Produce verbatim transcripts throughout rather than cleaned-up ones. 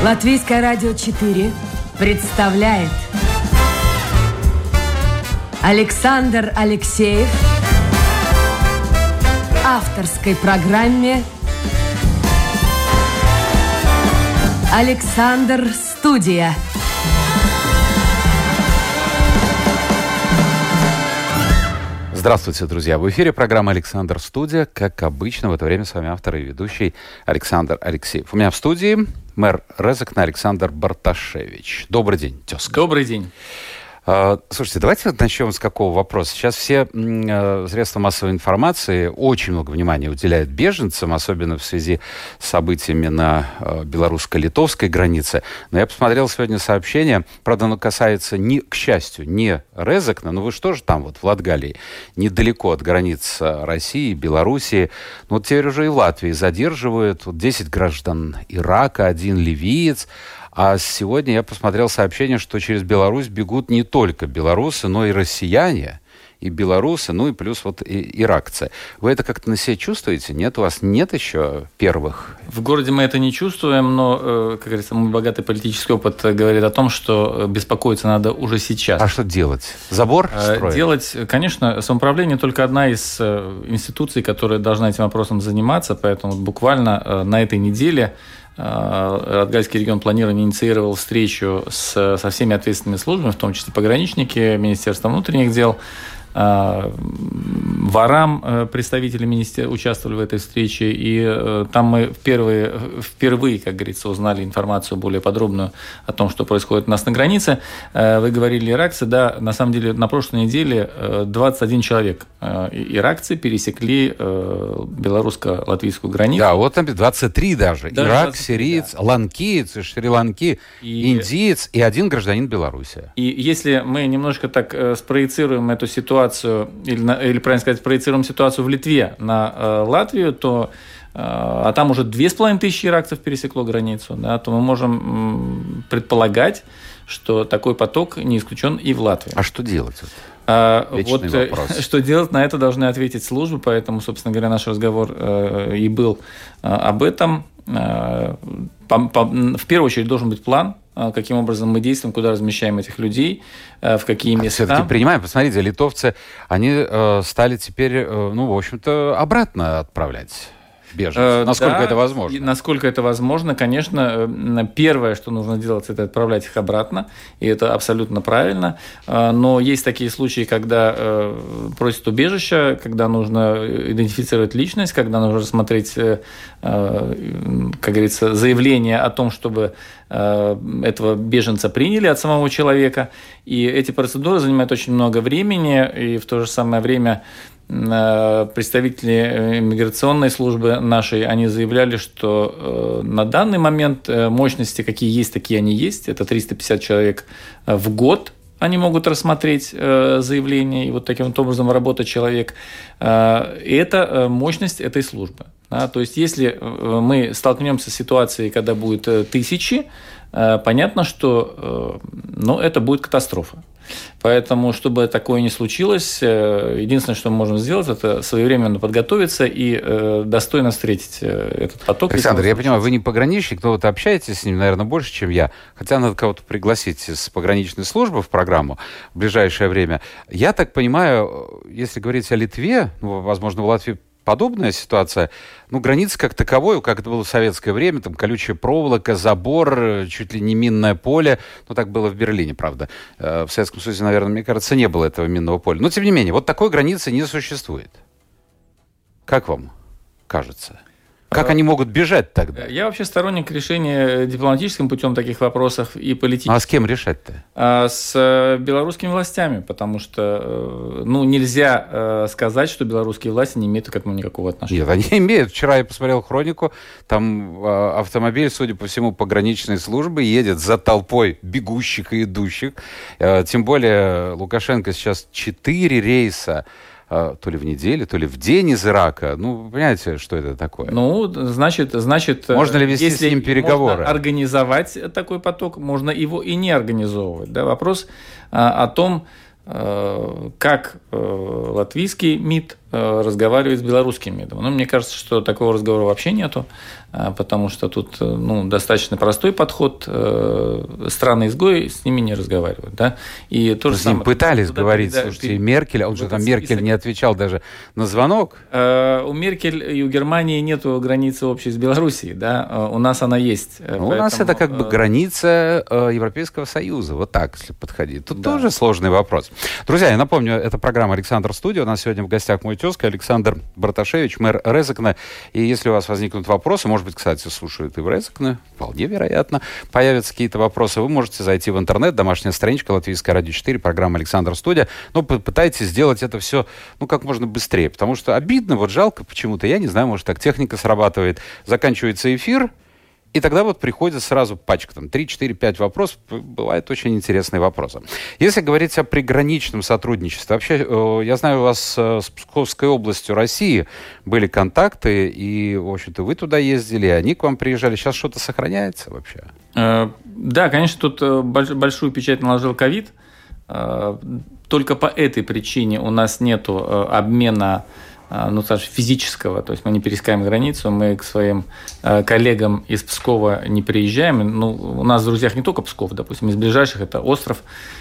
Латвийское радио четыре представляет Александр Алексеев в авторской программе «Александр Студия». Здравствуйте, друзья! В эфире программа «Александр Студия». Как обычно, в это время с вами автор и ведущий Александр Алексеев. У меня в студии мэр Резекна Александр Барташевич. Добрый день, тезка. Добрый день. Слушайте, давайте начнем с какого вопроса. Сейчас все э, средства массовой информации очень много внимания уделяют беженцам, особенно в связи с событиями на э, белорусско-литовской границе. Но я посмотрел сегодня сообщение, правда, оно касается, не, к счастью, не Резекна, но вы что же там вот в Латгалии, недалеко от границ России и Белоруссии. Ну, вот теперь уже и в Латвии задерживают вот десять граждан Ирака, один ливиец. А сегодня я посмотрел сообщение, что через Беларусь бегут не только белорусы, но и россияне, и белорусы, ну и плюс вот и иракцы. Вы это как-то на себе чувствуете? Нет? У вас нет еще первых? В городе мы это не чувствуем, но, как говорится, мой богатый политический опыт говорит о том, что беспокоиться надо уже сейчас. А что делать? Забор строить? Делать, конечно, самоуправление только одна из институций, которая должна этим вопросом заниматься, поэтому буквально на этой неделе Латгальский регион планирования инициировал встречу с, со всеми ответственными службами, в том числе пограничники, Министерство внутренних дел. ВАРАМ, представители министерства, участвовали в этой встрече, и там мы впервые, впервые, как говорится, узнали информацию более подробную о том, что происходит у нас на границе. Вы говорили иракцы, да, на самом деле на прошлой неделе двадцать один человек иракцы пересекли белорусско-латвийскую границу. Да, вот там двадцать три даже. даже Ирак, двадцать три, сириец, да. ланкиец, Шри-Ланки, и... индиец и один гражданин Беларуси. И если мы немножко так спроецируем эту ситуацию, или, или, правильно сказать, проецируем ситуацию в Литве на э, Латвию, то, э, а там уже две с половиной тысячи иракцев пересекло границу, да, то мы можем м, предполагать, что такой поток не исключен и в Латвии. А что делать? А, вот что делать, на это должны ответить службы, поэтому, собственно говоря, наш разговор э, и был э, об этом. Э, по, по, в первую очередь должен быть план, каким образом мы действуем, куда размещаем этих людей, в какие места. Все-таки принимаем. Посмотрите, литовцы, они э, стали теперь, э, ну, в общем-то, обратно отправлять беженцев. Э, насколько да, это возможно? Насколько это возможно, конечно. Первое, что нужно делать, это отправлять их обратно, и это абсолютно правильно. Но есть такие случаи, когда э, просят убежища, когда нужно идентифицировать личность, когда нужно рассмотреть, э, как говорится, заявление о том, чтобы этого беженца приняли от самого человека. И эти процедуры занимают очень много времени, и в то же самое время представители миграционной службы нашей, они заявляли, что на данный момент мощности, какие есть, такие они есть. Это триста пятьдесят человек в год. Они могут рассмотреть заявление и вот таким вот образом работать человек. И это мощность этой службы. Да, то есть, если мы столкнемся с ситуацией, когда будет тысячи, понятно, что ну, это будет катастрофа. Поэтому, чтобы такое не случилось, единственное, что мы можем сделать, это своевременно подготовиться и достойно встретить этот поток. Александр, я понимаю, вы не пограничник, но вот общаетесь с ним, наверное, больше, чем я. Хотя надо кого-то пригласить с пограничной службы в программу в ближайшее время. Я так понимаю, если говорить о Литве, ну, возможно, в Латвии подобная ситуация, ну, граница как таковой, как это было в советское время, там колючая проволока, забор, чуть ли не минное поле. Ну, так было в Берлине, правда. В Советском Союзе, наверное, мне кажется, не было этого минного поля. Но, тем не менее, вот такой границы не существует. Как вам кажется? Как они могут бежать тогда? Я вообще сторонник решения дипломатическим путем таких вопросов и политическим. А с кем решать-то? А с белорусскими властями, потому что ну, нельзя сказать, что белорусские власти не имеют к этому никакого отношения. Нет, они имеют. Вчера я посмотрел хронику, там автомобиль, судя по всему, пограничной службы едет за толпой бегущих и идущих. Тем более Лукашенко сейчас четыре рейса то ли в неделю, то ли в день из Ирака. Ну, понимаете, что это такое? Ну, значит, значит, можно ли вести с ним переговоры? Можно организовать такой поток, можно его и не организовывать. Да? Вопрос а, о том, как латвийский МИД разговаривает с белорусским МИДом. Ну, мне кажется, что такого разговора вообще нету, потому что тут ну, достаточно простой подход. Страны-изгои с ними не разговаривают. Да? И то же с ним самое, пытались говорить, да, слушайте, ты, Меркель, он же там Меркель не отвечал даже на звонок. У Меркель и у Германии нету границы общей с Белоруссией, да? У нас она есть. Ну, поэтому... У нас это как бы граница Европейского Союза, вот так, если подходить. Тут да. тоже сложный вопрос. Друзья, я напомню, это программа «Александр Студия». У нас сегодня в гостях мой тезка Александр Барташевич, мэр Резекне. И если у вас возникнут вопросы, может быть, кстати, слушают и в Резекне, вполне вероятно, появятся какие-то вопросы, вы можете зайти в интернет, домашняя страничка Латвийское радио четыре, программа «Александр Студия». Но попытайтесь сделать это все, ну, как можно быстрее, потому что обидно, вот жалко почему-то, я не знаю, может, так техника срабатывает, заканчивается эфир, и тогда вот приходит сразу пачка, там, три, четыре, пять вопросов, бывают очень интересные вопросы. Если говорить о приграничном сотрудничестве, вообще, э, я знаю, у вас э, с Псковской областью России были контакты, и, в общем-то, вы туда ездили, они к вам приезжали. Сейчас что-то сохраняется вообще? Э, да, конечно, тут большую печать наложил ковид. Э, только по этой причине у нас нету обмена ну, скажем, физического, то есть мы не пересекаем границу, мы к своим э, коллегам из Пскова не приезжаем. Ну, у нас в друзьях не только Псков, допустим, из ближайших это остров.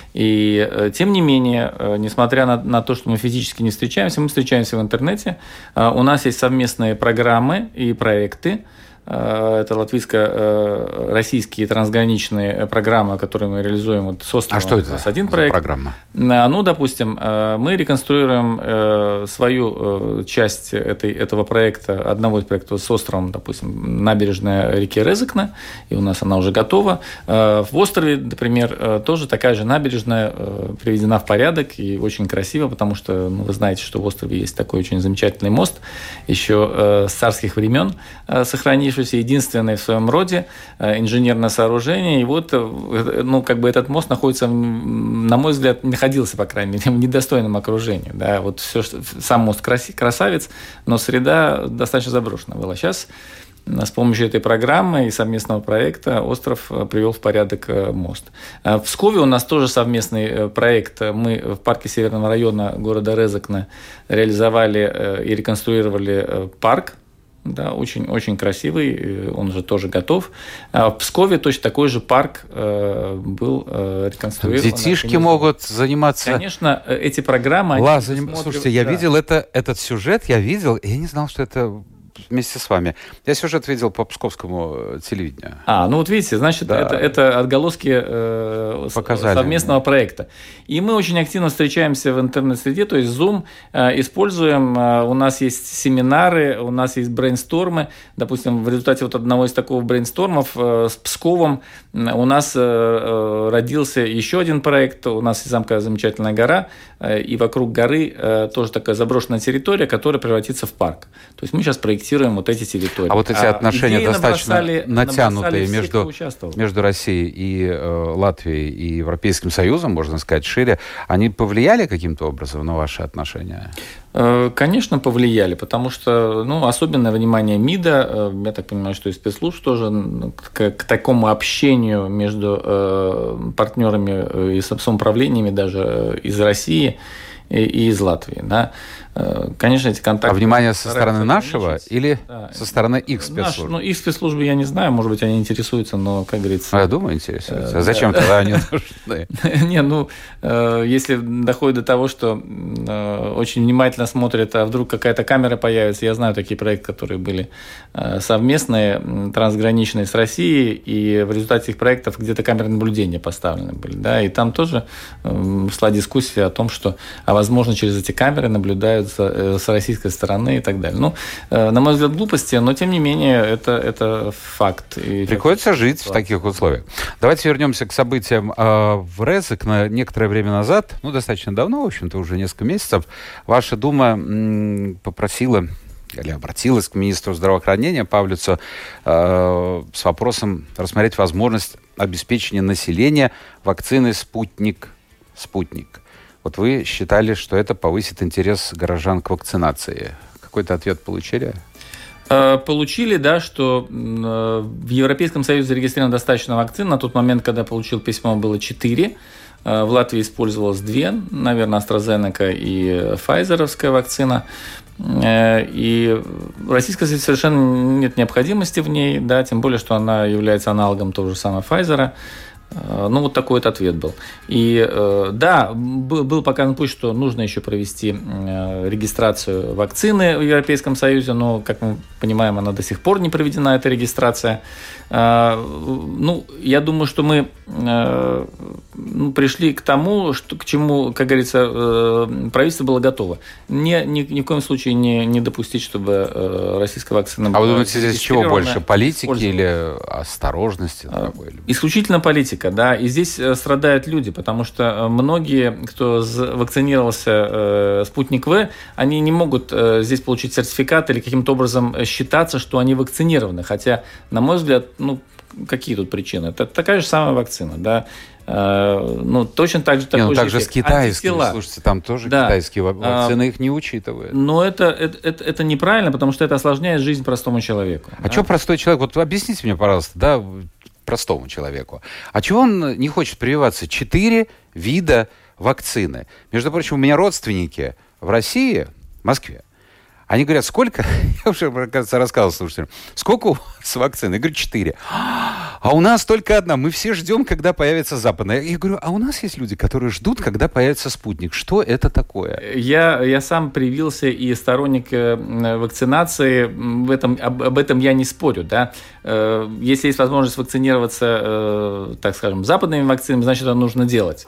И э, тем не менее, э, несмотря на, на то, что мы физически не встречаемся, мы встречаемся в интернете. Э, у нас есть совместные программы и проекты. Это латвийско-российские трансграничные программы, которые мы реализуем вот с островом. А что это один проект. Программа? Ну, допустим, мы реконструируем свою часть этой, этого проекта, одного из проектов с островом, допустим, набережная реки Резекне, и у нас она уже готова. В острове, например, тоже такая же набережная приведена в порядок и очень красиво, потому что ну, вы знаете, что в острове есть такой очень замечательный мост, еще с царских времен сохранившийся, единственное в своем роде инженерное сооружение. И вот, ну, как бы этот мост находится, на мой взгляд, находился, по крайней мере, в недостойном окружении. Да, вот все, сам мост красавец, но среда достаточно заброшена была. Сейчас с помощью этой программы и совместного проекта остров привел в порядок мост. В Пскове у нас тоже совместный проект. Мы в парке Северного района города Резекне реализовали и реконструировали парк. Да, очень, очень красивый, он же тоже готов. В Пскове точно такой же парк был реконструирован. Детишки могут заниматься... Конечно, эти программы... Ла, заним... смотрят... Слушайте, я да. видел это, этот сюжет, я видел, и я не знал, что это... вместе с вами. Я сюжет видел по псковскому телевидению. А, ну вот видите, значит, да. это, это отголоски э, совместного проекта. И мы очень активно встречаемся в интернет-среде, то есть Zoom э, используем. Э, у нас есть семинары, у нас есть брейнстормы. Допустим, в результате вот одного из таких брейнстормов э, с Псковом у нас э, родился еще один проект. У нас есть замковая замечательная гора, э, и вокруг горы э, тоже такая заброшенная территория, которая превратится в парк. То есть мы сейчас проектируем вот эти территории. А вот эти отношения а достаточно набросали, натянутые набросали между, между Россией и э, Латвией и Европейским Союзом, можно сказать, шире, они повлияли каким-то образом на ваши отношения? Конечно, повлияли, потому что ну, особенное внимание МИДа, я так понимаю, что и спецслужб тоже к, к такому общению между э, партнерами и самоуправлениями даже из России и из Латвии. Да. Конечно, эти контакты... А внимание со стороны нашего или да. со стороны их спецслужб? Наш, ну, их спецслужбы я не знаю, может быть, они интересуются, но, как говорится... Я думаю, интересуются. А зачем тогда они нужны? Не, ну, если доходит до того, что очень внимательно смотрят, а вдруг какая-то камера появится, я знаю такие проекты, которые были совместные, трансграничные с Россией, и в результате их проектов где-то камеры наблюдения поставлены были, да, и там тоже шла дискуссия о том, что, а возможно, через эти камеры наблюдают с российской стороны и так далее. Ну, на мой взгляд, глупости, но, тем не менее, это, это факт. И приходится это жить факт. В таких условиях. Давайте вернемся к событиям в Резекне. Некоторое время назад, ну, достаточно давно, в общем-то, уже несколько месяцев, ваша Дума м- попросила или обратилась к министру здравоохранения Павлицу э, с вопросом рассмотреть возможность обеспечения населения вакциной «Спутник». «Спутник». Вот вы считали, что это повысит интерес горожан к вакцинации. Какой-то ответ получили? Получили, да, что в Европейском Союзе зарегистрировано достаточно вакцин. На тот момент, когда получил письмо, было четыре. В Латвии использовалось две, наверное, AstraZeneca и Pfizer-овская вакцина. И в Российской Федерации совершенно нет необходимости в ней, да, тем более, что она является аналогом того же самого Pfizer. Ну, вот такой вот ответ был. И да, был показан путь, что нужно еще провести регистрацию вакцины в Европейском Союзе, но, как мы понимаем, она до сих пор не проведена, эта регистрация. Ну, я думаю, что мы ну, пришли к тому, что, к чему, как говорится, правительство было готово. Ни, ни, ни в коем случае не, не допустить, чтобы российская вакцина была. А вы думаете, здесь чего больше, политики или осторожности? Такой? Исключительно политика, да. И здесь страдают люди, потому что многие, кто вакцинировался «Спутник В», они не могут здесь получить сертификат или каким-то образом считаться, что они вакцинированы. Хотя, на мой взгляд, ну, какие тут причины? Это такая же самая вакцина, да. Ну, точно так же такой не, ну, же также эффект. с китайскими, слушайте, там тоже да. китайские вакцины, а, их не учитывают. Но это, это, это, это неправильно, потому что это осложняет жизнь простому человеку. А да? что простой человек? Вот объясните мне, пожалуйста, да, простому человеку. А чего он не хочет прививаться? Четыре вида вакцины. Между прочим, у меня родственники в России, в Москве, они говорят, сколько, я уже, кажется, рассказывал слушателям, сколько у вас вакцин? Я говорю, четыре. А у нас только одна. Мы все ждем, когда появится западная. Я говорю, а у нас есть люди, которые ждут, когда появится спутник. Что это такое? Я, я сам привился и сторонник вакцинации. В этом, об, об этом я не спорю. Да? Если есть возможность вакцинироваться, так скажем, западными вакцинами, значит, это нужно делать.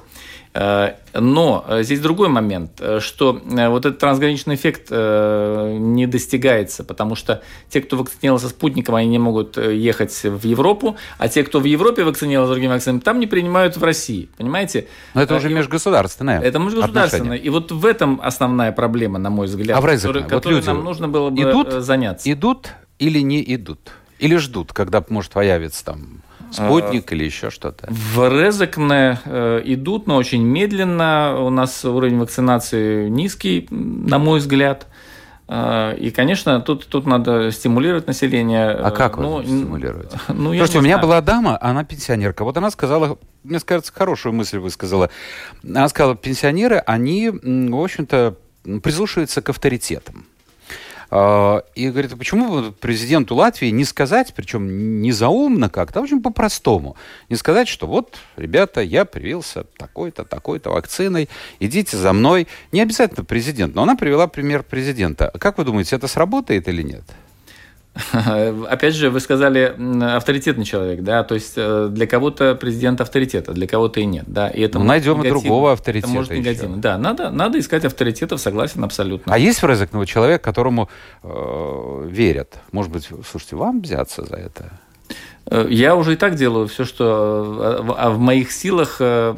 Но здесь другой момент, что вот этот трансграничный эффект не достигается, потому что те, кто вакцинировался спутником, они не могут ехать в Европу, а те, кто в Европе вакцинировался другими вакцинами, там не принимают в России, понимаете? Но это уже и межгосударственное. Это межгосударственное. И вот в этом основная проблема, на мой взгляд, а в которой, вот которой люди нам нужно было бы идут, заняться. Идут или не идут? Или ждут, когда может появиться там... Спутник или еще что-то? В Резекне э, идут, но очень медленно. У нас уровень вакцинации низкий, на мой взгляд. Э, и, конечно, тут, тут надо стимулировать население. А как ну, вы стимулируете? Ну, Слушайте, у меня была дама, она пенсионерка. Вот она сказала, мне кажется, хорошую мысль высказала. Она сказала, пенсионеры, они, в общем-то, прислушиваются к авторитетам. И говорит, а почему президенту Латвии не сказать, причем не заумно как-то, а очень по-простому, не сказать, что вот, ребята, я привился такой-то, такой-то вакциной, идите за мной. Не обязательно президент, но она привела пример президента. Как вы думаете, это сработает или нет? Опять же, вы сказали авторитетный человек, да, то есть для кого-то президент авторитет, а для кого-то и нет, да. И это ну, найдем негативно. И другого авторитета. Это может негативно. Да, надо, надо искать авторитетов, согласен абсолютно. А есть в Резекне человек, которому э, верят? Может быть, слушайте, вам взяться за это? Я уже и так делаю все, что а в моих силах.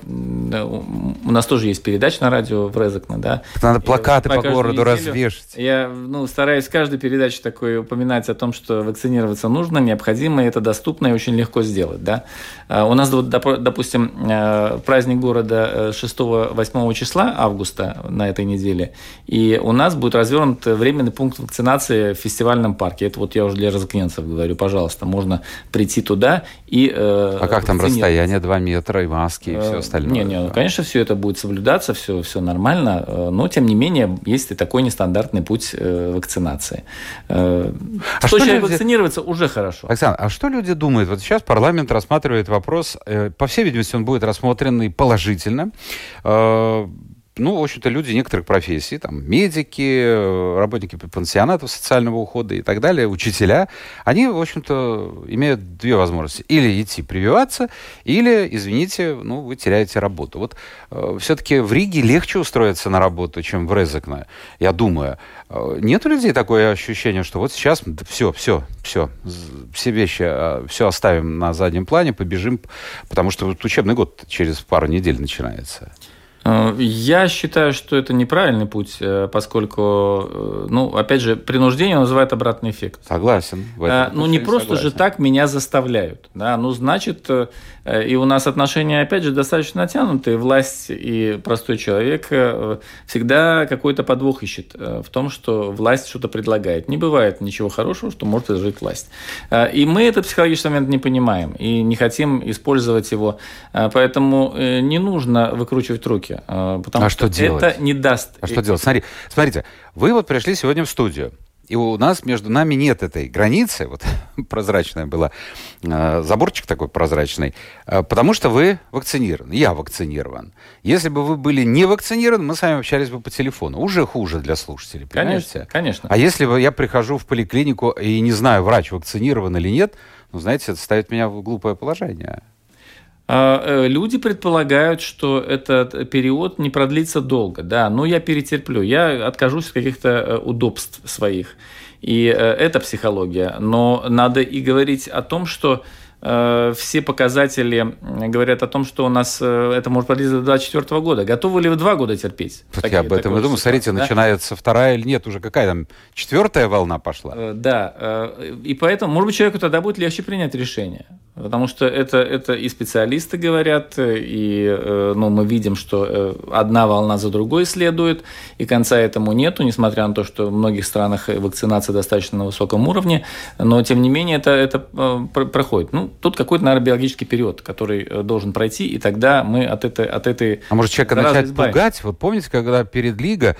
У нас тоже есть передача на радио в Резекне, да. Надо плакаты по городу развешать. Я ну, стараюсь в каждой передаче такой упоминать о том, что вакцинироваться нужно, необходимо, и это доступно и очень легко сделать, да. У нас, вот, допустим, праздник города шестого-восьмого числа августа на этой неделе, и у нас будет развернут временный пункт вакцинации в фестивальном парке. Это вот я уже для резекненцев говорю, пожалуйста, можно прийти туда и э, а как там расстояние два метра и маски и все остальное? Не, не, конечно, все это будет соблюдаться, все, все нормально, но тем не менее есть и такой нестандартный путь вакцинации. А что человек люди... вакцинироваться уже хорошо. Оксана, а что люди думают? Вот сейчас парламент рассматривает вопрос, по всей видимости, он будет рассмотрен и положительно. Ну, в общем-то, люди некоторых профессий, там, медики, работники пансионатов социального ухода и так далее, учителя, они, в общем-то, имеют две возможности. Или идти прививаться, или, извините, ну, вы теряете работу. Вот э, все-таки в Риге легче устроиться на работу, чем в Резекне, я думаю. Нет у людей такое ощущение, что вот сейчас все, все, все, все вещи, все оставим на заднем плане, побежим, потому что вот учебный год через пару недель начинается. Я считаю, что это неправильный путь, поскольку, ну, опять же, принуждение вызывает обратный эффект. Согласен. Ну, не просто согласен. Же так меня заставляют. Да? Ну, значит, и у нас отношения, опять же, достаточно натянутые. Власть и простой человек всегда какой-то подвох ищет в том, что власть что-то предлагает. Не бывает ничего хорошего, что может предложить власть. И мы этот психологический момент не понимаем и не хотим использовать его. Поэтому не нужно выкручивать руки. Потому а что, что это не даст... А что делать? Смотри, смотрите, вы вот пришли сегодня в студию, и у нас между нами нет этой границы, вот прозрачная была, э, заборчик такой прозрачный, э, потому что вы вакцинированы, я вакцинирован. Если бы вы были не вакцинированы, мы с вами общались бы по телефону. Уже хуже для слушателей, понимаете? Конечно, конечно. А если бы я прихожу в поликлинику и не знаю, врач вакцинирован или нет, ну, знаете, это ставит меня в глупое положение. Люди предполагают, что этот период не продлится долго. Да, но я перетерплю, я откажусь от каких-то удобств своих. И это психология. Но надо и говорить о том, что все показатели говорят о том, что у нас это может продлиться до две тысячи двадцать четвёртого года. Готовы ли вы два года терпеть? Вот такие, я об этом и думаю. Смотрите, да? Начинается вторая или нет, уже какая там четвертая волна пошла. Да, и поэтому, может быть, человеку тогда будет легче принять решение. Потому что это, это и специалисты говорят, и ну, мы видим, что одна волна за другой следует, и конца этому нету, несмотря на то, что в многих странах вакцинация достаточно на высоком уровне, но тем не менее это, это проходит. Ну, тут какой-то, наверное, биологический период, который должен пройти, и тогда мы от этой... От этой а может, человека начать избавимся. Пугать? Вот помните, когда перед Лига,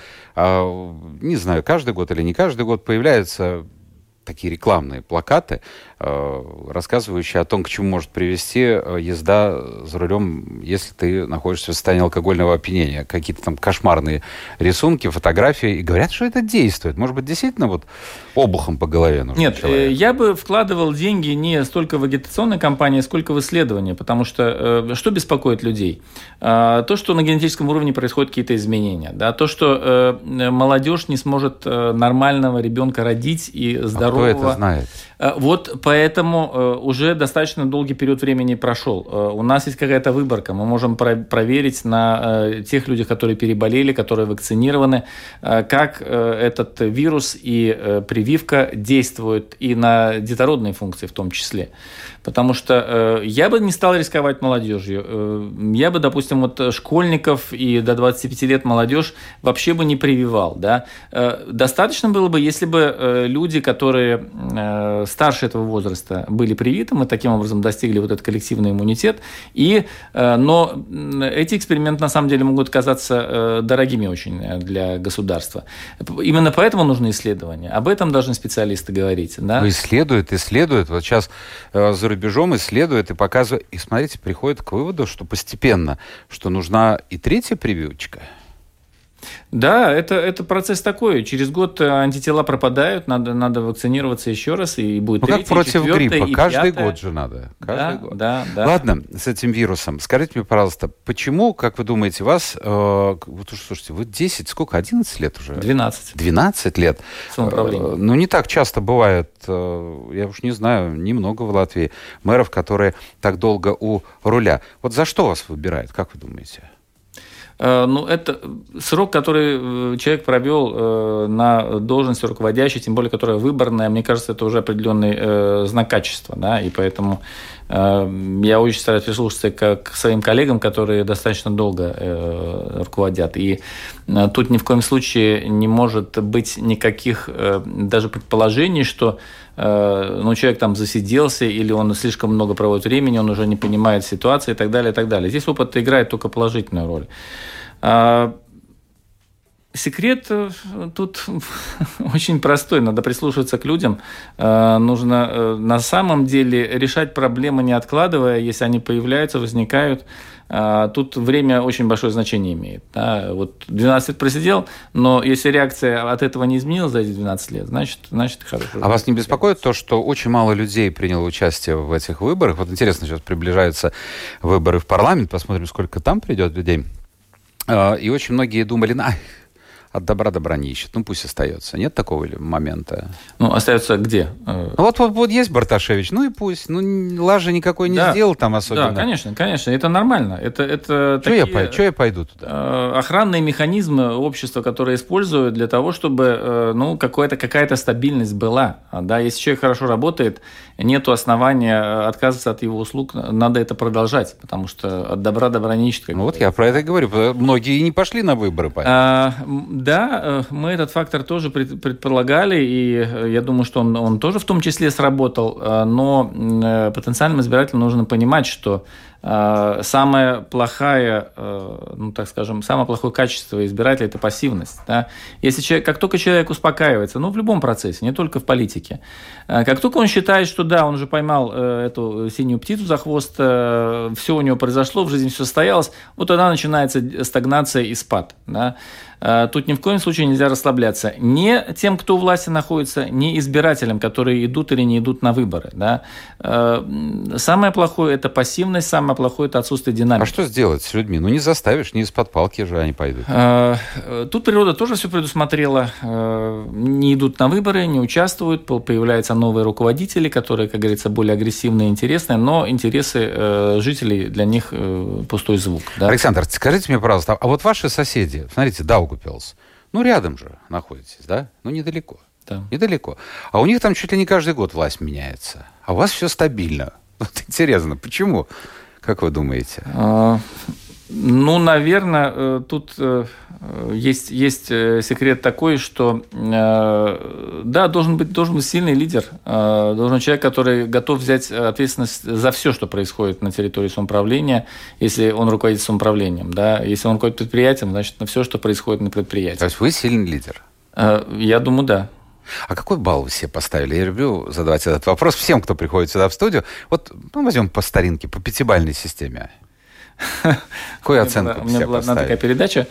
не знаю, каждый год или не каждый год появляются такие рекламные плакаты, рассказывающие о том, к чему может привести езда за рулем, если ты находишься в состоянии алкогольного опьянения. Какие-то там кошмарные рисунки, фотографии. И говорят, что это действует. Может быть, действительно вот обухом по голове нужно Нет, человеку? Я бы вкладывал деньги не столько в агитационные кампании, сколько в исследования. Потому что что беспокоит людей? То, что на генетическом уровне происходят какие-то изменения. Да? То, что молодежь не сможет нормального ребенка родить и здорового. А кто это знает? Вот поэтому уже достаточно долгий период времени прошел. У нас есть какая-то выборка. Мы можем проверить на тех людях, которые переболели, которые вакцинированы, как этот вирус и прививка действуют и на детородные функции в том числе. Потому что я бы не стал рисковать молодежью. Я бы, допустим, вот школьников и до двадцати пяти лет молодежь вообще бы не прививал. Да? Достаточно было бы, если бы люди, которые старше этого возраста, были привиты, мы таким образом достигли вот этот коллективный иммунитет. И, но эти эксперименты на самом деле могут казаться дорогими очень для государства. Именно поэтому нужны исследования. Об этом должны специалисты говорить. Да? Ну, исследуют, исследуют. Вот сейчас за рубежом исследуют и показывают. И, смотрите, приходят к выводу, что постепенно, что нужна и третья прививочка. Да, это, это процесс такой. Через год антитела пропадают, надо, надо вакцинироваться еще раз, и будет ну, третья, как против гриппа, каждый пятая. год же надо. Каждый да, год. Да, да. Ладно, с этим вирусом. Скажите мне, пожалуйста, почему, как вы думаете, вас, э, вот, слушайте, вы десять, сколько, одиннадцать лет уже? двенадцать. двенадцать лет. Самоуправление. Э, ну, не так часто бывает, э, я уж не знаю, немного в Латвии мэров, которые так долго у руля. Вот за что вас выбирают, как вы думаете? Ну, это срок, который человек провел на должности руководящей, тем более, которая выборная, мне кажется, это уже определенный знак качества, да, и поэтому я очень стараюсь прислушаться к своим коллегам, которые достаточно долго руководят. И тут ни в коем случае не может быть никаких даже предположений, что ну, человек там засиделся, или он слишком много проводит времени, он уже не понимает ситуации и так далее, и так далее. Здесь опыт играет только положительную роль. Секрет тут очень простой. Надо прислушиваться к людям. Нужно на самом деле решать проблемы, не откладывая. Если они появляются, возникают. Тут время очень большое значение имеет. Да, вот двенадцать лет просидел, но если реакция от этого не изменилась за эти двенадцать лет, значит, значит хорошо. А вас не беспокоит то, что очень мало людей приняло участие в этих выборах? Вот интересно, сейчас приближаются выборы в парламент, посмотрим, сколько там придет людей. И очень многие думали, на... от добра добра не ищет. Ну, пусть остается. Нет такого или момента? Ну, остается где? Ну, вот, вот, вот есть Барташевич, ну и пусть. Ну, лажи никакой не да. сделал там особенно. Да, конечно, конечно. Это нормально. Это, это Что такие, я, я пойду туда? Э, охранные механизмы общества, которые используют для того, чтобы э, ну, какая-то, какая-то стабильность была. Да? Если человек хорошо работает, нет основания отказываться от его услуг, надо это продолжать, потому что от добра добра не ищет. Ну, вот я про это и говорю. Многие и не пошли на выборы. А, да, мы этот фактор тоже предполагали, и я думаю, что он, он тоже в том числе сработал, но потенциальным избирателям нужно понимать, что самая плохая, ну, так скажем, самое плохое качество избирателя – это пассивность. Да? Если человек, как только человек успокаивается, ну, в любом процессе, не только в политике, как только он считает, что да, он уже поймал эту синюю птицу за хвост, все у него произошло, в жизни все состоялось, вот тогда начинается стагнация и спад. Да? Тут ни в коем случае нельзя расслабляться. Не тем, кто у власти находится, не избирателям, которые идут или не идут на выборы. Да? Самое плохое – это пассивность, самое плохое – это отсутствие динамики. А что сделать с людьми? Ну, не заставишь, не из-под палки же они пойдут. Тут природа тоже все предусмотрела. Не идут на выборы, не участвуют, появляются новые руководители, которые, как говорится, более агрессивные и интересные, но интересы жителей для них пустой звук. Да? Александр, скажите мне, пожалуйста, а вот ваши соседи, смотрите, Даугавпилс, ну, рядом же находитесь, да? Ну, недалеко. Да. Недалеко. А у них там чуть ли не каждый год власть меняется. А у вас все стабильно. Вот интересно, почему? Как вы думаете? А, ну, наверное, тут есть, есть секрет такой, что да, должен быть, должен быть сильный лидер, должен человек, который готов взять ответственность за все, что происходит на территории самоуправления, если он руководит самоуправлением. Да? Если он руководит предприятием, значит, на все, что происходит на предприятии. То есть вы сильный лидер? Я думаю, да. А какой балл вы себе поставили? Я люблю задавать этот вопрос всем, кто приходит сюда в студию. Вот ну, возьмем по старинке, по пятибалльной системе. Какую оценку У меня была одна такая передача,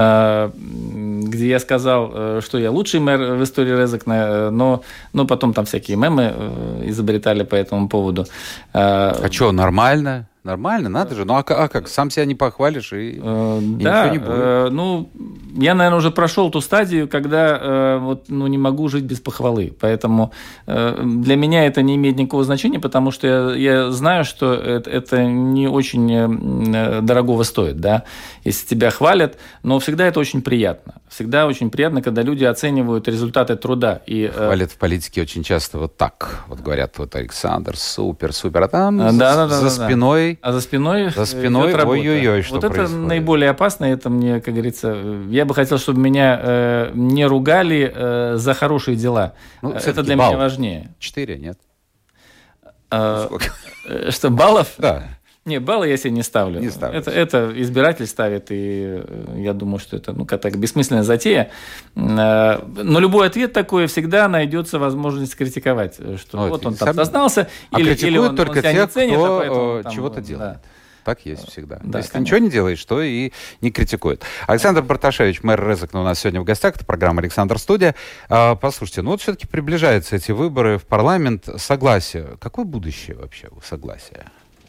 где я сказал, что я лучший мэр в истории Резекна, но, но потом там всякие мемы изобретали по этому поводу. А что, нормально? Нормально, надо же. Ну, а, а как? Сам себя не похвалишь, и, э, и да, ничего не будет. Э, ну, я, наверное, уже прошел ту стадию, когда э, вот, ну, не могу жить без похвалы. Поэтому э, для меня это не имеет никакого значения, потому что я, я знаю, что это, это не очень э, дорогого стоит, да, если тебя хвалят, но всегда это очень приятно. Всегда очень приятно, когда люди оценивают результаты труда. И, э... Хвалят в политике очень часто вот так. Вот говорят, вот Александр, супер, супер, а там да, за, да, да, за да, спиной... А за спиной, за спиной ой-ой-ой, что вот происходит. это наиболее опасно, это мне, как говорится, я бы хотел, чтобы меня э, не ругали э, за хорошие дела. Ну, это для балл. Меня важнее. Четыре, нет? А, что, баллов? Да. Не, баллы я себе не ставлю. Не это, это избиратель ставит, и я думаю, что это ну, какая-то бессмысленная затея. Но любой ответ такой, всегда найдется возможность критиковать, что вот, вот он там сам... сознался, а или, или он, только он себя тех, не ценит, кто а поэтому, там, чего-то делает. Да. Так есть всегда. Да, Если конечно. ты ничего не делаешь, то и не критикует. Александр Барташевич, мэр Резекна, у нас сегодня в гостях. Это программа «Александр Студия». Послушайте, ну вот все-таки приближаются эти выборы в парламент. Согласие. Какое будущее вообще у согласия?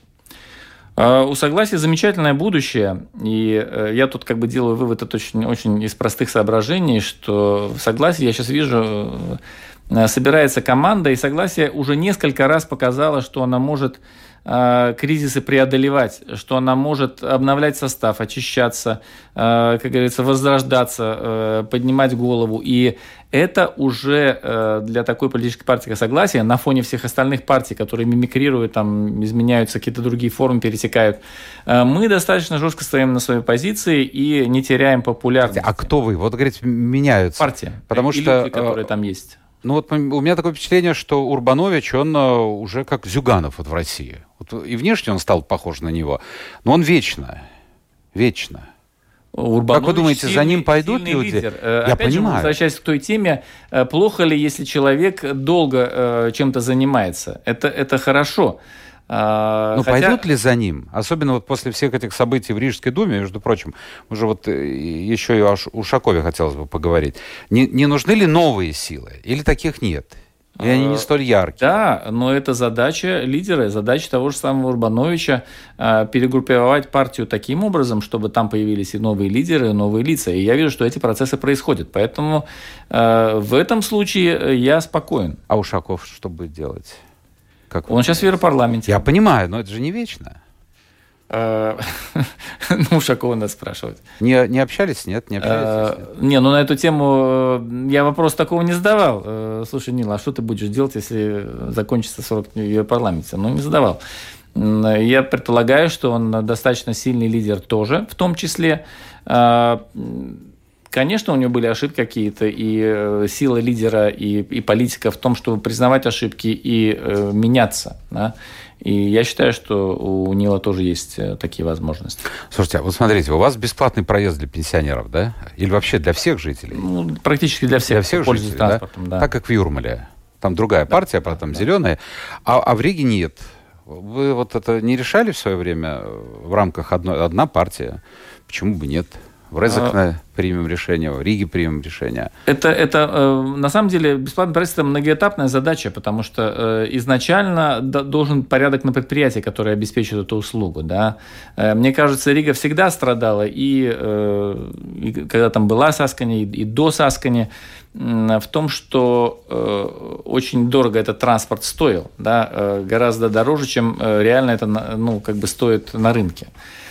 У согласия замечательное будущее, и я тут как бы делаю вывод это очень, очень из простых соображений, что в согласии, я сейчас вижу, собирается команда, и согласие уже несколько раз показало, что она может кризисы преодолевать, что она может обновлять состав, очищаться, как говорится, возрождаться, поднимать голову. И это уже для такой политической партии, как «Согласие», на фоне всех остальных партий, которые мимикрируют, там, изменяются, какие-то другие формы пересекают, мы достаточно жестко стоим на своей позиции и не теряем популярность. А кто вы? Вот, говорите, меняются. Партия. Потому и что... люди, которые там есть. Ну вот у меня такое впечатление, что Урбанович, он уже как Зюганов вот в России. Вот и внешне он стал похож на него, но он вечно, вечно. Урбанович как вы думаете, сильный, за ним пойдут люди? Лидер. Я Опять понимаю. же, возвращаясь к той теме, плохо ли, если человек долго чем-то занимается? Это, это хорошо. Ну, Хотя... пойдут ли за ним? Особенно вот после всех этих событий в Рижской думе, между прочим, уже вот еще и о Ушакове хотелось бы поговорить. Не, не нужны ли новые силы? Или таких нет? И они не столь яркие. Да, но это задача лидера, задача того же самого Урбановича перегруппировать партию таким образом, чтобы там появились и новые лидеры, и новые лица. И я вижу, что эти процессы происходят. Поэтому в этом случае я спокоен. А Ушаков что будет делать? Как Он сейчас в Европарламенте. Я понимаю, но это же не вечно. Ну, Ушакова надо спрашивать. Не, не общались? Нет, не общались? Нет? Не, ну на эту тему я вопрос такого не задавал. Слушай, Нил, а что ты будешь делать, если закончится срок в Европарламенте? Ну, не задавал. Я предполагаю, что он достаточно сильный лидер тоже, в том числе. Конечно, у него были ошибки какие-то, и сила лидера, и, и политика в том, чтобы признавать ошибки и э, меняться. Да? И я считаю, что у него тоже есть такие возможности. Слушайте, а вот смотрите, у вас бесплатный проезд для пенсионеров, да? Или вообще для всех жителей? Ну, практически для всех. Для всех жителей, транспортом, да? Да? Так как в Юрмале. Там другая да, партия, потом да, зеленая. А, а в Риге нет. Вы вот это не решали в свое время в рамках одной, одна партия? Почему бы нет? В Резекне примем решение, в Риге примем решение. Это, это на самом деле бесплатный проезд – это многоэтапная задача, потому что изначально должен порядок на предприятии, которое обеспечивает эту услугу. Да? Мне кажется, Рига всегда страдала, и, и когда там была Саскани, и до Саскани, в том, что очень дорого этот транспорт стоил, да? Гораздо дороже, чем реально это ну, как бы стоит на рынке.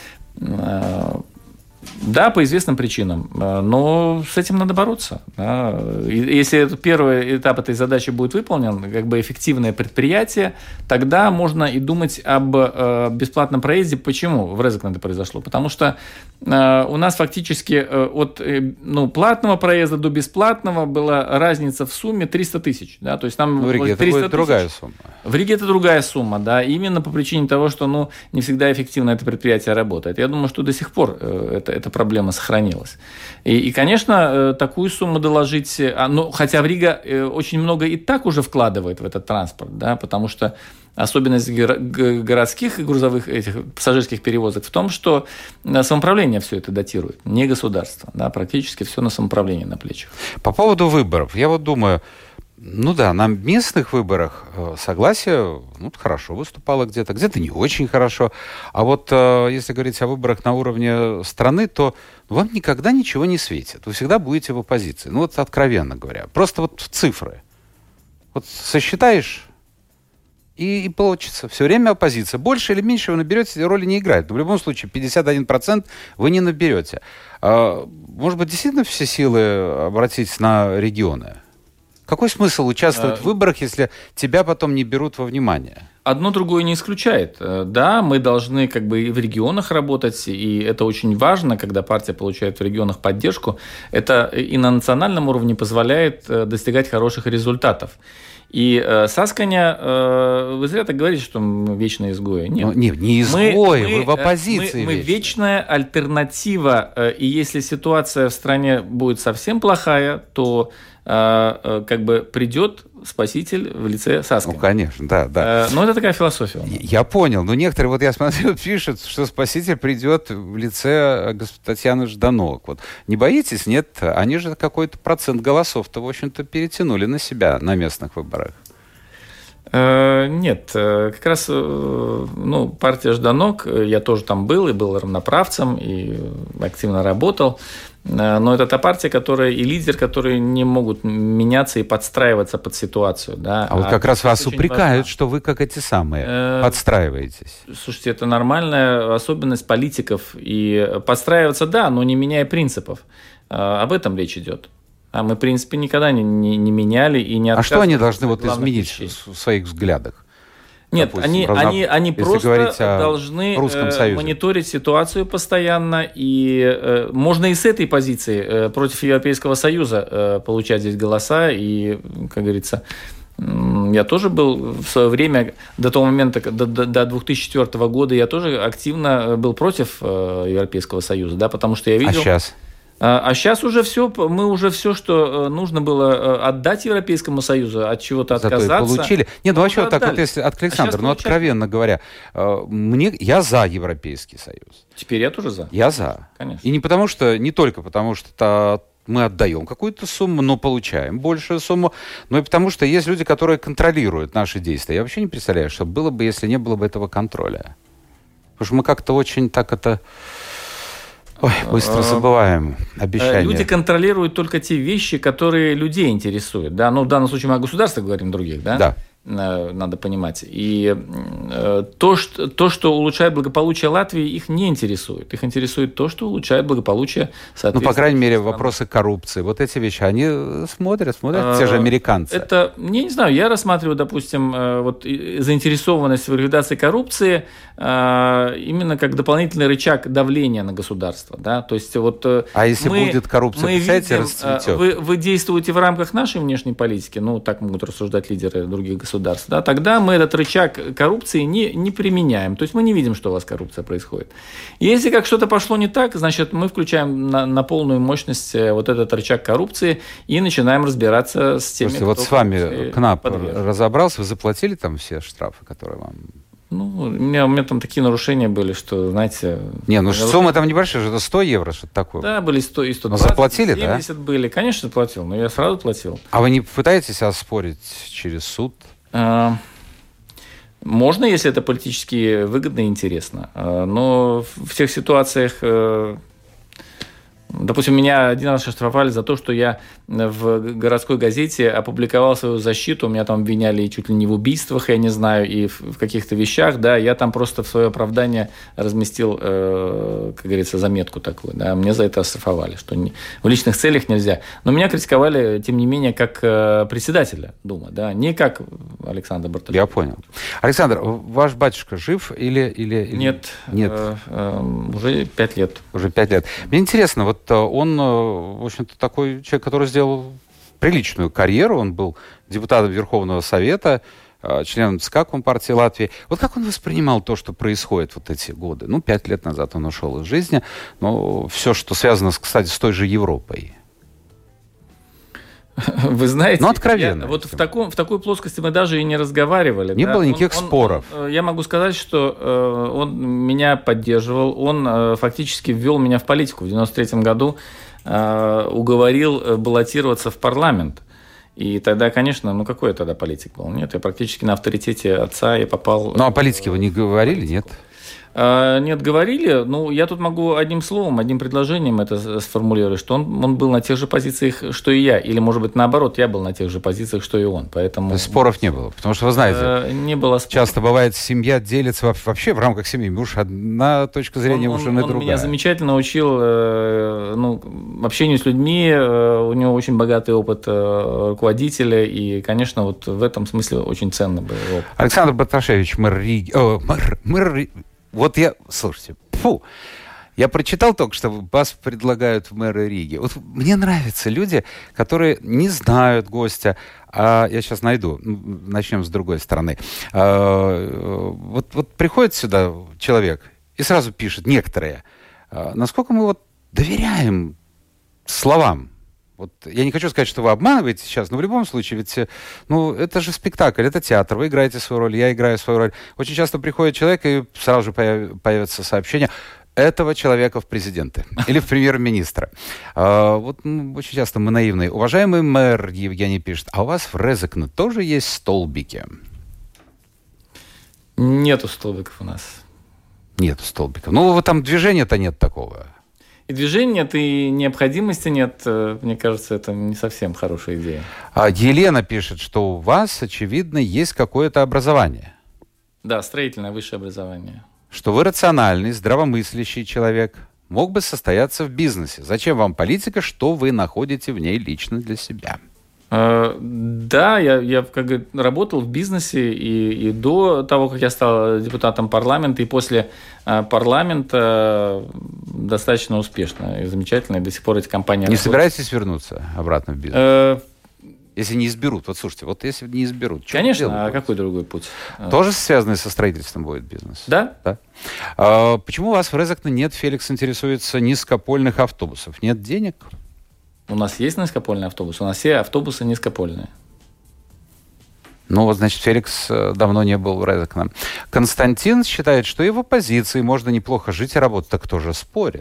Да, по известным причинам, но с этим надо бороться. Да. Если первый этап этой задачи будет выполнен, как бы эффективное предприятие, тогда можно и думать об бесплатном проезде. Почему в Резекне это произошло? Потому что у нас фактически от ну, платного проезда до бесплатного была разница в сумме триста тысяч. Да. То есть там в Риге это будет другая сумма. В Риге это другая сумма, да, именно по причине того, что ну, не всегда эффективно это предприятие работает. Я думаю, что до сих пор это эта проблема сохранилась. И, и, конечно, такую сумму доложить... Ну, хотя в Риге очень много и так уже вкладывает в этот транспорт, да, потому что особенность городских и грузовых этих пассажирских перевозок в том, что самоуправление все это датирует, не государство. Да, практически все на самоуправлении на плечах. По поводу выборов. Я вот думаю... Ну да, на местных выборах согласие ну, хорошо выступало где-то, где-то не очень хорошо. А вот если говорить о выборах на уровне страны, то вам никогда ничего не светит. Вы всегда будете в оппозиции. Ну вот откровенно говоря. Просто вот цифры. Вот сосчитаешь, и, и получится. Все время оппозиция. Больше или меньше вы наберете, роли не играет. Но в любом случае пятьдесят один процент вы не наберете. Может быть, действительно все силы обратить на регионы? Какой смысл участвовать в выборах, если тебя потом не берут во внимание? Одно другое не исключает. Да, мы должны как бы и в регионах работать, и это очень важно, когда партия получает в регионах поддержку. Это и на национальном уровне позволяет достигать хороших результатов. И э, Сасканя, э, вы зря так говорите, что мы вечные изгои. Нет, ну, нет не изгои, мы, вы в оппозиции. Мы, мы вечная альтернатива, и если ситуация в стране будет совсем плохая, то э, э, как бы придет спаситель в лице Саскани. Ну, конечно, да, да. Э, но это такая философия. Я понял, но некоторые, вот я смотрю, пишут, что спаситель придет в лице Татьяны Ждановой. Вот. Не боитесь? Нет? Они же какой-то процент голосов-то, в общем-то, перетянули на себя на местных выборах. Нет, как раз ну, партия Жданок, я тоже там был, и был равноправцем, и активно работал. Но это та партия, которая и лидер, которые не могут меняться и подстраиваться под ситуацию. Да. А, а вот как раз вас упрекают, важна. Что вы как эти самые э, подстраиваетесь. Слушайте, это нормальная особенность политиков. И подстраиваться, да, но не меняя принципов. Об этом речь идет. А мы, в принципе, никогда не, не, не меняли и не отказывались. А что они должны вот изменить вещей. В своих взглядах? Нет, допустим, они, разно... они, они просто должны э, мониторить ситуацию постоянно, и э, можно и с этой позиции э, против Европейского Союза э, получать здесь голоса, и, как говорится, э, я тоже был в свое время, до того момента, до, до две тысячи четвёртого года, я тоже активно был против э, Европейского Союза, да, потому что я видел... А сейчас? А сейчас уже все, мы уже все, что нужно было отдать Европейскому Союзу, от чего-то отказаться. Зато и получили. Нет, ну вообще вот так вот, если от Александра, а ну получать... откровенно говоря, мне, я за Европейский Союз. Теперь я тоже за. Я за. Конечно. И не потому что, не только потому что мы отдаем какую-то сумму, но получаем большую сумму, но и потому что есть люди, которые контролируют наши действия. Я вообще не представляю, что было бы, если не было бы этого контроля. Потому что мы как-то очень так это... Ой, быстро забываем обещания. Люди контролируют только те вещи, которые людей интересуют. Да? Ну, в данном случае мы о государстве говорим, других, да? Да. Надо понимать. И то что, то, что улучшает благополучие Латвии, их не интересует. Их интересует то, что улучшает благополучие соответственно. Ну, по крайней мере, вопросы коррупции. Вот эти вещи, они смотрят, смотрят, а, те же американцы. Это, я не знаю, я рассматриваю, допустим, вот заинтересованность в ликвидации коррупции именно как дополнительный рычаг давления на государство. Да? То есть, вот а если мы, будет коррупция, мы представляете, видим, расцветет? Вы, вы действуете в рамках нашей внешней политики, ну, так могут рассуждать лидеры других государств. Государств, да, тогда мы этот рычаг коррупции не, не применяем. То есть мы не видим, что у вас коррупция происходит. Если как что-то пошло не так, значит, мы включаем на, на полную мощность вот этот рычаг коррупции и начинаем разбираться с теми, Слушайте, вот с вами КНАП разобрался, вы заплатили там все штрафы, которые вам... Ну, у меня, у меня там такие нарушения были, что, знаете... Не, ну суммы там небольшие, это сто евро, что-то такое. Да, были сто и сто двадцать, но заплатили, семьдесят да? были. Конечно, заплатил, но я сразу платил. А вы не пытаетесь оспорить через суд? Можно, если это политически выгодно и интересно. Но в всех ситуациях... Допустим, меня один раз оштрафовали за то, что я в городской газете опубликовал свою защиту. Меня там обвиняли чуть ли не в убийствах, я не знаю, и в каких-то вещах. Да, я там просто в свое оправдание разместил, э, как говорится, заметку такую. Да, мне за это оштрафовали, что не, в личных целях нельзя. Но меня критиковали, тем не менее, как э, председателя Думы, да, не как Александр Барташевич. Я понял. Александр, ваш батюшка жив или... или... Нет, Нет. Э, э, уже пять лет. Уже пять лет. Мне интересно, вот он, в общем-то, такой человек, который сделал приличную карьеру. Он был депутатом Верховного Совета, членом ЦК Компартии Латвии. Вот как он воспринимал то, что происходит вот эти годы? Ну, пять лет назад он ушел из жизни. Но все, что связано, кстати, с той же Европой. Вы знаете, ну, откровенно. Я, вот в, таком, в такой плоскости мы даже и не разговаривали. Не да? было никаких он, споров. Он, я могу сказать, что э, он меня поддерживал, он э, фактически ввел меня в политику. В девяносто третьем году э, уговорил баллотироваться в парламент. И тогда, конечно, ну какой я тогда политик был? Нет, я практически на авторитете отца я попал... Ну, а политике вы не говорили, нет? Нет, говорили. Ну, я тут могу одним словом, одним предложением это сформулировать, что он, он был на тех же позициях, что и я. Или, может быть, наоборот, я был на тех же позициях, что и он. Поэтому... То есть споров не было? Потому что, вы знаете, не было споров. Часто бывает, семья делится вообще в рамках семьи. Уж одна точка зрения, он, у жены он другая. Он меня замечательно учил ну, общению с людьми. У него очень богатый опыт руководителя. И, конечно, вот в этом смысле очень ценно был опыт. Александр Барташевич, мэр Риги... О, мэр, мэр... Вот я, слушайте, фу, я прочитал только, что вас предлагают в мэры Риги. Вот мне нравятся люди, которые не знают гостя, а я сейчас найду, начнем с другой стороны. А, вот, вот приходит сюда человек и сразу пишет, некоторые, а, насколько мы вот доверяем словам. Вот я не хочу сказать, что вы обманываете сейчас, но в любом случае, ведь ну, это же спектакль, это театр, вы играете свою роль, я играю свою роль. Очень часто приходит человек, и сразу же появ, появится сообщение этого человека в президенты или в премьер-министра. А, вот ну, очень часто мы наивные. Уважаемый мэр, Евгений пишет, а у вас в Резекне тоже есть столбики? Нету столбиков у нас. Нету столбиков. Ну, вот там движения-то нет такого. И движения нет, и необходимости нет. Мне кажется, это не совсем хорошая идея. А Елена пишет, что у вас, очевидно, есть какое-то образование. Да, строительное высшее образование. Что вы рациональный, здравомыслящий человек, мог бы состояться в бизнесе. Зачем вам политика, что вы находите в ней лично для себя? Да, я, я как бы работал в бизнесе и, и до того, как я стал депутатом парламента, и после парламента достаточно успешно и замечательно, и до сих пор эти компании... Не работают. Собираетесь вернуться обратно в бизнес? Э... Если не изберут, вот слушайте, вот если не изберут... Конечно, а какой другой путь? Тоже связанный со строительством будет бизнес? Да. да? А, почему у вас в Резекне нет, Феликс интересуется, низкопольных автобусов? Нет денег? У нас есть низкопольные автобусы, у нас все автобусы низкопольные. Ну, вот, значит, Феликс давно не был в Резекне. Константин считает, что и в оппозиции можно неплохо жить и работать. Так кто же спорит?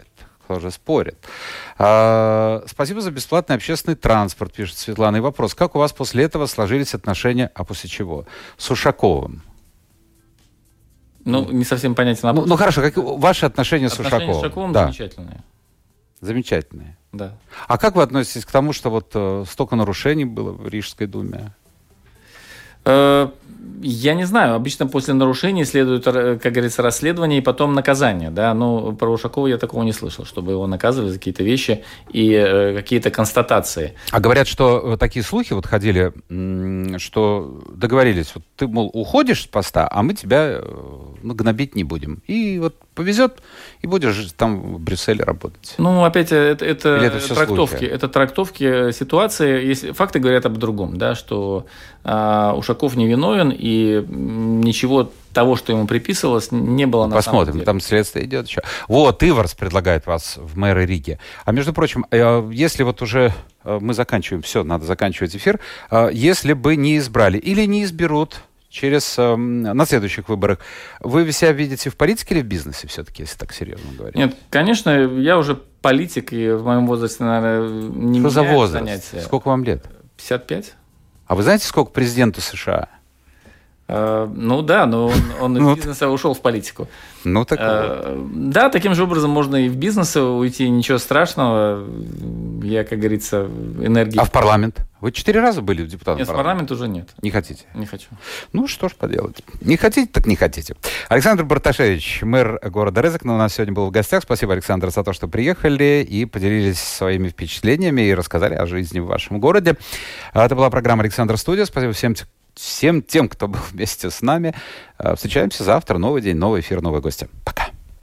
тоже спорят. А, спасибо за бесплатный общественный транспорт, пишет Светлана. И вопрос, как у вас после этого сложились отношения, а после чего? С Ушаковым. Ну, не совсем понятен вопрос. Ну, ну хорошо, как ваши отношения, отношения с Ушаковым? Отношения с Ушаковым да. замечательные. Замечательные. Да. А как вы относитесь к тому, что вот э, столько нарушений было в Рижской думе? Э, я не знаю. Обычно после нарушений следует, как говорится, расследование и потом наказание. Да? Но про Ушакова я такого не слышал, чтобы его наказывали за какие-то вещи и э, какие-то констатации. А говорят, что такие слухи вот ходили, что договорились, вот ты, мол, уходишь с поста, а мы тебя ну, гнобить не будем. И вот повезет, и будешь там в Брюсселе работать. Ну, опять, это, это, это трактовки. Это трактовки ситуации. Если, факты говорят об другом, да, что а, Ушаков невиновен, и ничего того, что ему приписывалось, не было на Посмотрим, самом деле. Там следствие идет еще. Вот, Иварс предлагает вас в мэры Риги. А между прочим, если вот уже мы заканчиваем, все, надо заканчивать эфир, если бы не избрали или не изберут через, на следующих выборах, вы себя видите в политике или в бизнесе все-таки, если так серьезно говорить? Нет, конечно, я уже политик, и в моем возрасте, наверное, не Что за возраст? Занятия. Сколько вам лет? пятьдесят пять. А вы знаете, сколько президенту США? Uh, ну да, но он, он из бизнеса ушел в политику. Ну так uh, вот. Да, таким же образом можно и в бизнес уйти, ничего страшного. Я, как говорится, энергия. А в парламент? Вы четыре раза были в депутатом? Нет, в парламент уже нет. Не хотите? Не хочу. Ну, что ж поделать. Не хотите, так не хотите. Александр Барташевич, мэр города Резекне, у нас сегодня был в гостях. Спасибо, Александр, за то, что приехали и поделились своими впечатлениями и рассказали о жизни в вашем городе. Это была программа «Александр Студия». Спасибо всем, всем тем, кто был вместе с нами. Встречаемся завтра. Новый день, новый эфир, новые гости. Пока.